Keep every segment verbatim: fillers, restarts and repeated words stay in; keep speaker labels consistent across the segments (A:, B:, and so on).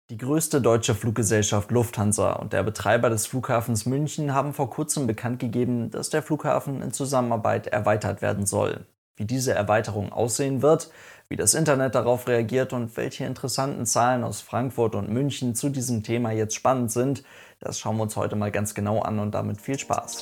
A: Die größte deutsche Fluggesellschaft Lufthansa und der Betreiber des Flughafens München haben vor kurzem bekannt gegeben, dass der Flughafen in Zusammenarbeit erweitert werden soll. Wie diese Erweiterung aussehen wird, wie das Internet darauf reagiert und welche interessanten Zahlen aus Frankfurt und München zu diesem Thema jetzt spannend sind, das schauen wir uns heute mal ganz genau an und damit viel Spaß.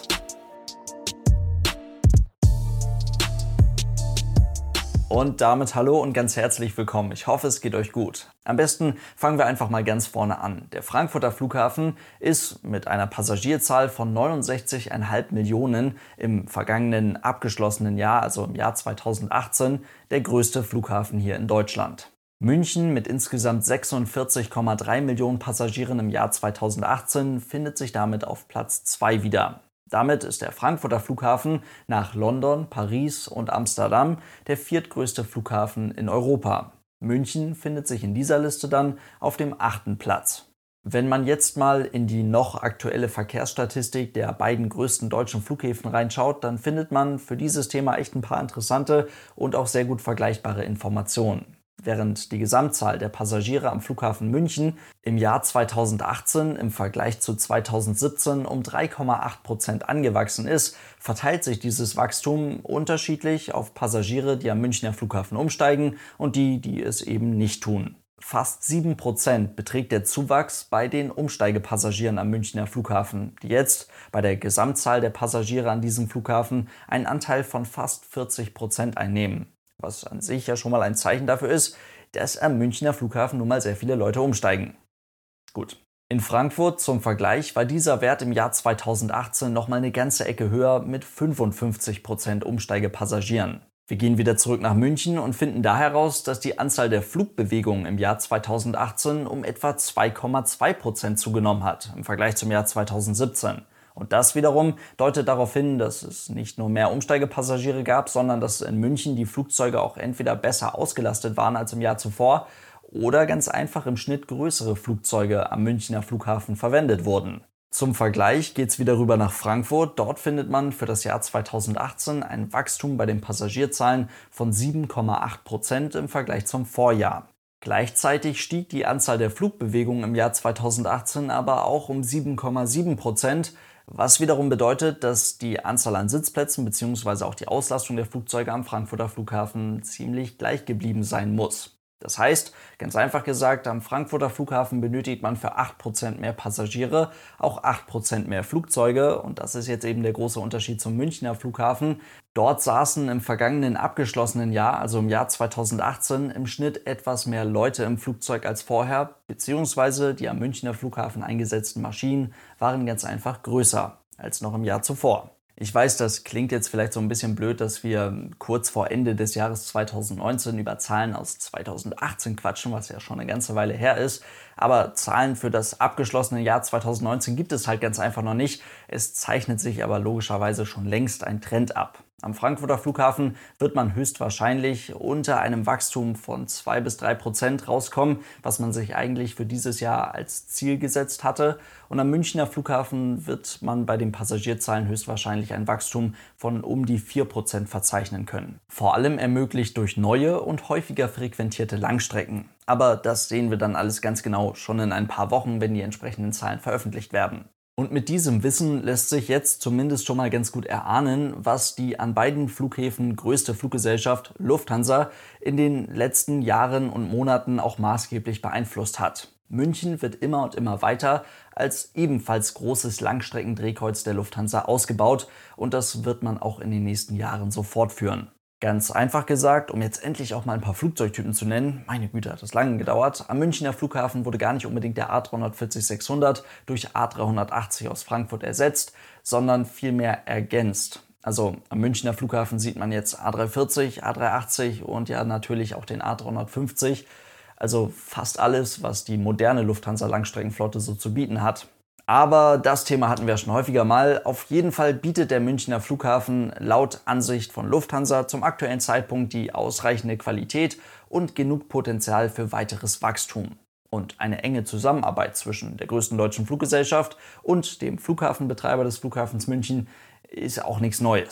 A: Und damit hallo und ganz herzlich willkommen. Ich hoffe, es geht euch gut. Am besten fangen wir einfach mal ganz vorne an. Der Frankfurter Flughafen ist mit einer Passagierzahl von neunundsechzig Komma fünf Millionen im vergangenen abgeschlossenen Jahr, also im Jahr zweitausendachtzehn, der größte Flughafen hier in Deutschland. München mit insgesamt sechsundvierzig Komma drei Millionen Passagieren im Jahr zweitausendachtzehn findet sich damit auf Platz zwei wieder. Damit ist der Frankfurter Flughafen nach London, Paris und Amsterdam der viertgrößte Flughafen in Europa. München findet sich in dieser Liste dann auf dem achten Platz. Wenn man jetzt mal in die noch aktuelle Verkehrsstatistik der beiden größten deutschen Flughäfen reinschaut, dann findet man für dieses Thema echt ein paar interessante und auch sehr gut vergleichbare Informationen. Während die Gesamtzahl der Passagiere am Flughafen München im Jahr zweitausendachtzehn im Vergleich zu zweitausendsiebzehn um drei Komma acht Prozent angewachsen ist, verteilt sich dieses Wachstum unterschiedlich auf Passagiere, die am Münchner Flughafen umsteigen und die, die es eben nicht tun. Fast sieben Prozent beträgt der Zuwachs bei den Umsteigepassagieren am Münchner Flughafen, die jetzt bei der Gesamtzahl der Passagiere an diesem Flughafen einen Anteil von fast vierzig Prozent einnehmen. Was an sich ja schon mal ein Zeichen dafür ist, dass am Münchner Flughafen nun mal sehr viele Leute umsteigen. Gut. In Frankfurt zum Vergleich war dieser Wert im Jahr zweitausendachtzehn noch mal eine ganze Ecke höher mit fünfundfünfzig Prozent Umsteigepassagieren. Wir gehen wieder zurück nach München und finden da heraus, dass die Anzahl der Flugbewegungen im Jahr zweitausendachtzehn um etwa zwei Komma zwei Prozent zugenommen hat im Vergleich zum Jahr zweitausendsiebzehn. Und das wiederum deutet darauf hin, dass es nicht nur mehr Umsteigepassagiere gab, sondern dass in München die Flugzeuge auch entweder besser ausgelastet waren als im Jahr zuvor oder ganz einfach im Schnitt größere Flugzeuge am Münchner Flughafen verwendet wurden. Zum Vergleich geht es wieder rüber nach Frankfurt. Dort findet man für das Jahr zweitausendachtzehn ein Wachstum bei den Passagierzahlen von sieben Komma acht Prozent im Vergleich zum Vorjahr. Gleichzeitig stieg die Anzahl der Flugbewegungen im Jahr zweitausendachtzehn aber auch um sieben Komma sieben Prozent, was wiederum bedeutet, dass die Anzahl an Sitzplätzen bzw. auch die Auslastung der Flugzeuge am Frankfurter Flughafen ziemlich gleich geblieben sein muss. Das heißt, ganz einfach gesagt, am Frankfurter Flughafen benötigt man für acht Prozent mehr Passagiere auch acht Prozent mehr Flugzeuge. Und das ist jetzt eben der große Unterschied zum Münchner Flughafen. Dort saßen im vergangenen abgeschlossenen Jahr, also im Jahr zweitausendachtzehn, im Schnitt etwas mehr Leute im Flugzeug als vorher, beziehungsweise die am Münchner Flughafen eingesetzten Maschinen waren ganz einfach größer als noch im Jahr zuvor. Ich weiß, das klingt jetzt vielleicht so ein bisschen blöd, dass wir kurz vor Ende des Jahres zweitausendneunzehn über Zahlen aus zweitausendachtzehn quatschen, was ja schon eine ganze Weile her ist. Aber Zahlen für das abgeschlossene Jahr zweitausendneunzehn gibt es halt ganz einfach noch nicht. Es zeichnet sich aber logischerweise schon längst ein Trend ab. Am Frankfurter Flughafen wird man höchstwahrscheinlich unter einem Wachstum von zwei bis drei Prozent rauskommen, was man sich eigentlich für dieses Jahr als Ziel gesetzt hatte. Und am Münchner Flughafen wird man bei den Passagierzahlen höchstwahrscheinlich ein Wachstum von um die vier Prozent verzeichnen können. Vor allem ermöglicht durch neue und häufiger frequentierte Langstrecken. Aber das sehen wir dann alles ganz genau schon in ein paar Wochen, wenn die entsprechenden Zahlen veröffentlicht werden. Und mit diesem Wissen lässt sich jetzt zumindest schon mal ganz gut erahnen, was die an beiden Flughäfen größte Fluggesellschaft Lufthansa in den letzten Jahren und Monaten auch maßgeblich beeinflusst hat. München wird immer und immer weiter als ebenfalls großes Langstreckendrehkreuz der Lufthansa ausgebaut und das wird man auch in den nächsten Jahren so fortführen. Ganz einfach gesagt, um jetzt endlich auch mal ein paar Flugzeugtypen zu nennen, meine Güte, hat das lange gedauert. Am Münchner Flughafen wurde gar nicht unbedingt der A drei vierzig sechshundert durch A dreihundertachtzig aus Frankfurt ersetzt, sondern vielmehr ergänzt. Also am Münchner Flughafen sieht man jetzt A drei vierzig, A drei achtzig und ja natürlich auch den A dreihundertfünfzig. Also fast alles, was die moderne Lufthansa-Langstreckenflotte so zu bieten hat. Aber das Thema hatten wir schon häufiger mal. Auf jeden Fall bietet der Münchner Flughafen laut Ansicht von Lufthansa zum aktuellen Zeitpunkt die ausreichende Qualität und genug Potenzial für weiteres Wachstum. Und eine enge Zusammenarbeit zwischen der größten deutschen Fluggesellschaft und dem Flughafenbetreiber des Flughafens München ist auch nichts Neues.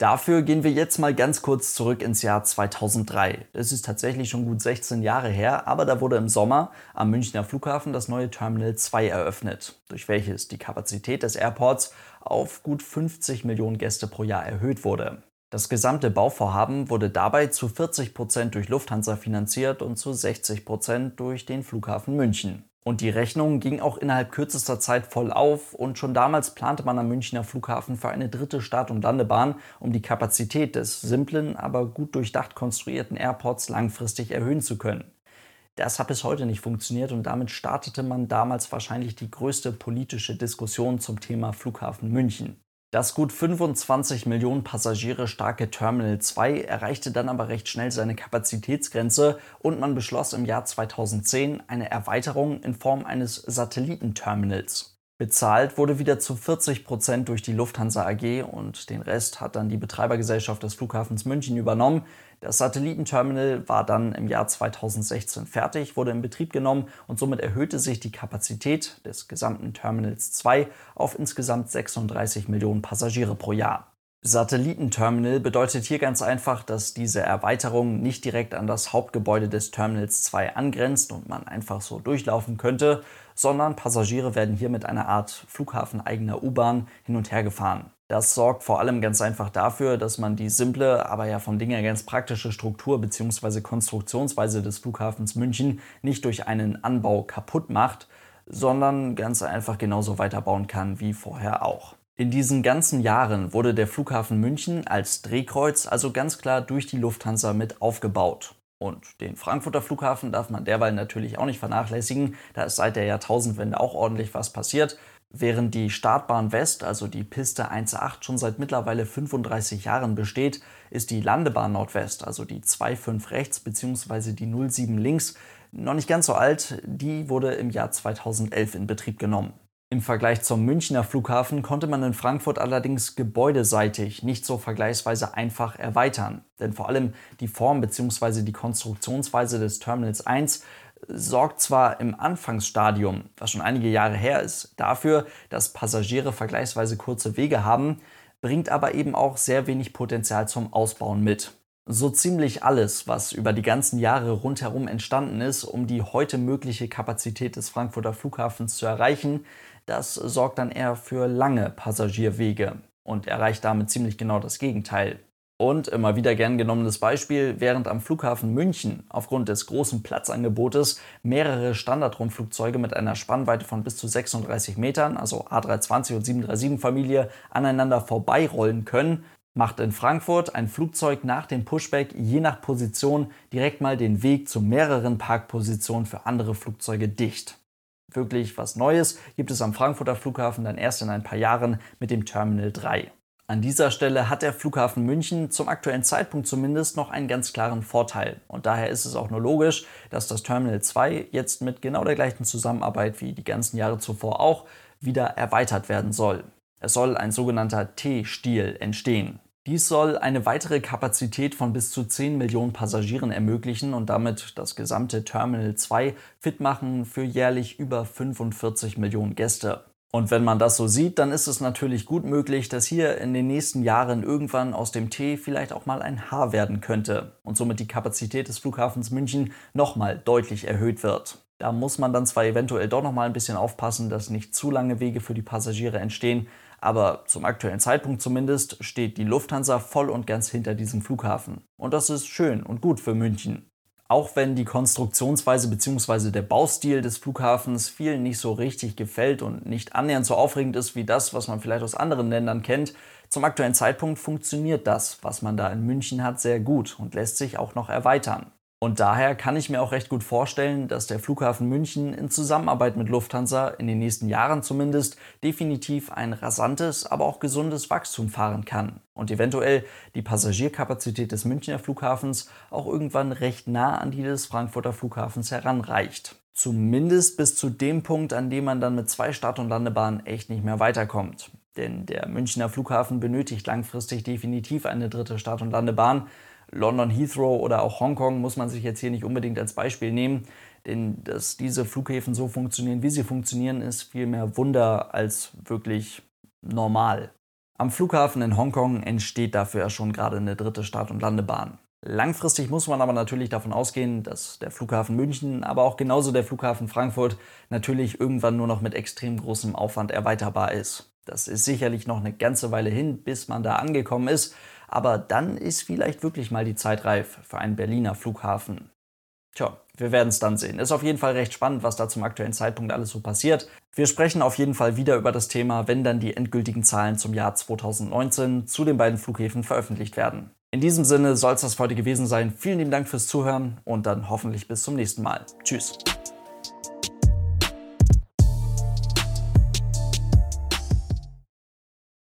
A: Dafür gehen wir jetzt mal ganz kurz zurück ins Jahr zweitausenddrei. Das ist tatsächlich schon gut sechzehn Jahre her, aber da wurde im Sommer am Münchner Flughafen das neue Terminal zwei eröffnet, durch welches die Kapazität des Airports auf gut fünfzig Millionen Gäste pro Jahr erhöht wurde. Das gesamte Bauvorhaben wurde dabei zu vierzig Prozent durch Lufthansa finanziert und zu sechzig Prozent durch den Flughafen München. Und die Rechnung ging auch innerhalb kürzester Zeit voll auf und schon damals plante man am Münchner Flughafen für eine dritte Start- und Landebahn, um die Kapazität des simplen, aber gut durchdacht konstruierten Airports langfristig erhöhen zu können. Das hat bis heute nicht funktioniert und damit startete man damals wahrscheinlich die größte politische Diskussion zum Thema Flughafen München. Das gut fünfundzwanzig Millionen Passagiere starke Terminal zwei erreichte dann aber recht schnell seine Kapazitätsgrenze und man beschloss im Jahr zweitausendzehn eine Erweiterung in Form eines Satellitenterminals. Bezahlt wurde wieder zu vierzig Prozent durch die Lufthansa A G und den Rest hat dann die Betreibergesellschaft des Flughafens München übernommen. Das Satellitenterminal war dann im Jahr zweitausendsechzehn fertig, wurde in Betrieb genommen und somit erhöhte sich die Kapazität des gesamten Terminals zwei auf insgesamt sechsunddreißig Millionen Passagiere pro Jahr. Satellitenterminal bedeutet hier ganz einfach, dass diese Erweiterung nicht direkt an das Hauptgebäude des Terminals zwei angrenzt und man einfach so durchlaufen könnte, sondern Passagiere werden hier mit einer Art flughafeneigener U-Bahn hin und her gefahren. Das sorgt vor allem ganz einfach dafür, dass man die simple, aber ja vom Ding her ganz praktische Struktur bzw. Konstruktionsweise des Flughafens München nicht durch einen Anbau kaputt macht, sondern ganz einfach genauso weiterbauen kann wie vorher auch. In diesen ganzen Jahren wurde der Flughafen München als Drehkreuz also ganz klar durch die Lufthansa mit aufgebaut. Und den Frankfurter Flughafen darf man derweil natürlich auch nicht vernachlässigen, da ist seit der Jahrtausendwende auch ordentlich was passiert. Während die Startbahn West, also die Piste eins acht, schon seit mittlerweile fünfunddreißig Jahren besteht, ist die Landebahn Nordwest, also die zwei fünf rechts bzw. die null sieben links, noch nicht ganz so alt. Die wurde im Jahr zweitausendelf in Betrieb genommen. Im Vergleich zum Münchner Flughafen konnte man in Frankfurt allerdings gebäudeseitig nicht so vergleichsweise einfach erweitern. Denn vor allem die Form bzw. die Konstruktionsweise des Terminals eins sorgt zwar im Anfangsstadium, was schon einige Jahre her ist, dafür, dass Passagiere vergleichsweise kurze Wege haben, bringt aber eben auch sehr wenig Potenzial zum Ausbauen mit. So ziemlich alles, was über die ganzen Jahre rundherum entstanden ist, um die heute mögliche Kapazität des Frankfurter Flughafens zu erreichen, das sorgt dann eher für lange Passagierwege und erreicht damit ziemlich genau das Gegenteil. Und immer wieder gern genommenes Beispiel, während am Flughafen München aufgrund des großen Platzangebotes mehrere Standardrundflugzeuge mit einer Spannweite von bis zu sechsunddreißig Metern, also A drei zwanzig und sieben drei sieben Familie, aneinander vorbeirollen können, macht in Frankfurt ein Flugzeug nach dem Pushback je nach Position direkt mal den Weg zu mehreren Parkpositionen für andere Flugzeuge dicht. Wirklich was Neues gibt es am Frankfurter Flughafen dann erst in ein paar Jahren mit dem Terminal drei. An dieser Stelle hat der Flughafen München zum aktuellen Zeitpunkt zumindest noch einen ganz klaren Vorteil. Und daher ist es auch nur logisch, dass das Terminal zwei jetzt mit genau der gleichen Zusammenarbeit wie die ganzen Jahre zuvor auch wieder erweitert werden soll. Es soll ein sogenannter T-Stil entstehen. Dies soll eine weitere Kapazität von bis zu zehn Millionen Passagieren ermöglichen und damit das gesamte Terminal zwei fit machen für jährlich über fünfundvierzig Millionen Gäste. Und wenn man das so sieht, dann ist es natürlich gut möglich, dass hier in den nächsten Jahren irgendwann aus dem T vielleicht auch mal ein H werden könnte und somit die Kapazität des Flughafens München nochmal deutlich erhöht wird. Da muss man dann zwar eventuell doch nochmal ein bisschen aufpassen, dass nicht zu lange Wege für die Passagiere entstehen, aber zum aktuellen Zeitpunkt zumindest steht die Lufthansa voll und ganz hinter diesem Flughafen. Und das ist schön und gut für München. Auch wenn die Konstruktionsweise bzw. der Baustil des Flughafens vielen nicht so richtig gefällt und nicht annähernd so aufregend ist wie das, was man vielleicht aus anderen Ländern kennt, zum aktuellen Zeitpunkt funktioniert das, was man da in München hat, sehr gut und lässt sich auch noch erweitern. Und daher kann ich mir auch recht gut vorstellen, dass der Flughafen München in Zusammenarbeit mit Lufthansa in den nächsten Jahren zumindest definitiv ein rasantes, aber auch gesundes Wachstum fahren kann und eventuell die Passagierkapazität des Münchner Flughafens auch irgendwann recht nah an die des Frankfurter Flughafens heranreicht. Zumindest bis zu dem Punkt, an dem man dann mit zwei Start- und Landebahnen echt nicht mehr weiterkommt. Denn der Münchner Flughafen benötigt langfristig definitiv eine dritte Start- und Landebahn. London Heathrow oder auch Hongkong muss man sich jetzt hier nicht unbedingt als Beispiel nehmen, denn dass diese Flughäfen so funktionieren, wie sie funktionieren, ist vielmehr Wunder als wirklich normal. Am Flughafen in Hongkong entsteht dafür ja schon gerade eine dritte Start- und Landebahn. Langfristig muss man aber natürlich davon ausgehen, dass der Flughafen München, aber auch genauso der Flughafen Frankfurt natürlich irgendwann nur noch mit extrem großem Aufwand erweiterbar ist. Das ist sicherlich noch eine ganze Weile hin, bis man da angekommen ist, aber dann ist vielleicht wirklich mal die Zeit reif für einen Berliner Flughafen. Tja, wir werden es dann sehen. Ist auf jeden Fall recht spannend, was da zum aktuellen Zeitpunkt alles so passiert. Wir sprechen auf jeden Fall wieder über das Thema, wenn dann die endgültigen Zahlen zum Jahr zweitausendneunzehn zu den beiden Flughäfen veröffentlicht werden. In diesem Sinne soll es das für heute gewesen sein. Vielen lieben Dank fürs Zuhören und dann hoffentlich bis zum nächsten Mal. Tschüss.